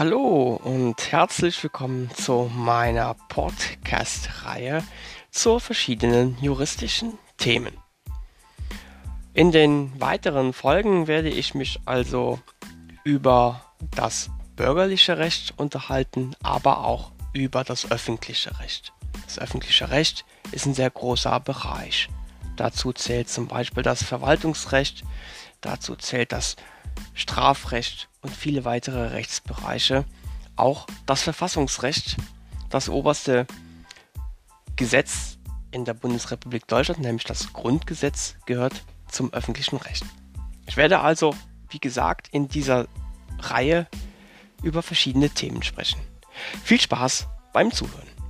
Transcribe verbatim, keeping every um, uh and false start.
Hallo und herzlich willkommen zu meiner Podcast-Reihe zu verschiedenen juristischen Themen. In den weiteren Folgen werde ich mich also über das bürgerliche Recht unterhalten, aber auch über das öffentliche Recht. Das öffentliche Recht ist ein sehr großer Bereich. Dazu zählt zum Beispiel das Verwaltungsrecht, dazu zählt das Strafrecht und viele weitere Rechtsbereiche. Auch das Verfassungsrecht, das oberste Gesetz in der Bundesrepublik Deutschland, nämlich das Grundgesetz, gehört zum öffentlichen Recht. Ich werde also, wie gesagt, in dieser Reihe über verschiedene Themen sprechen. Viel Spaß beim Zuhören.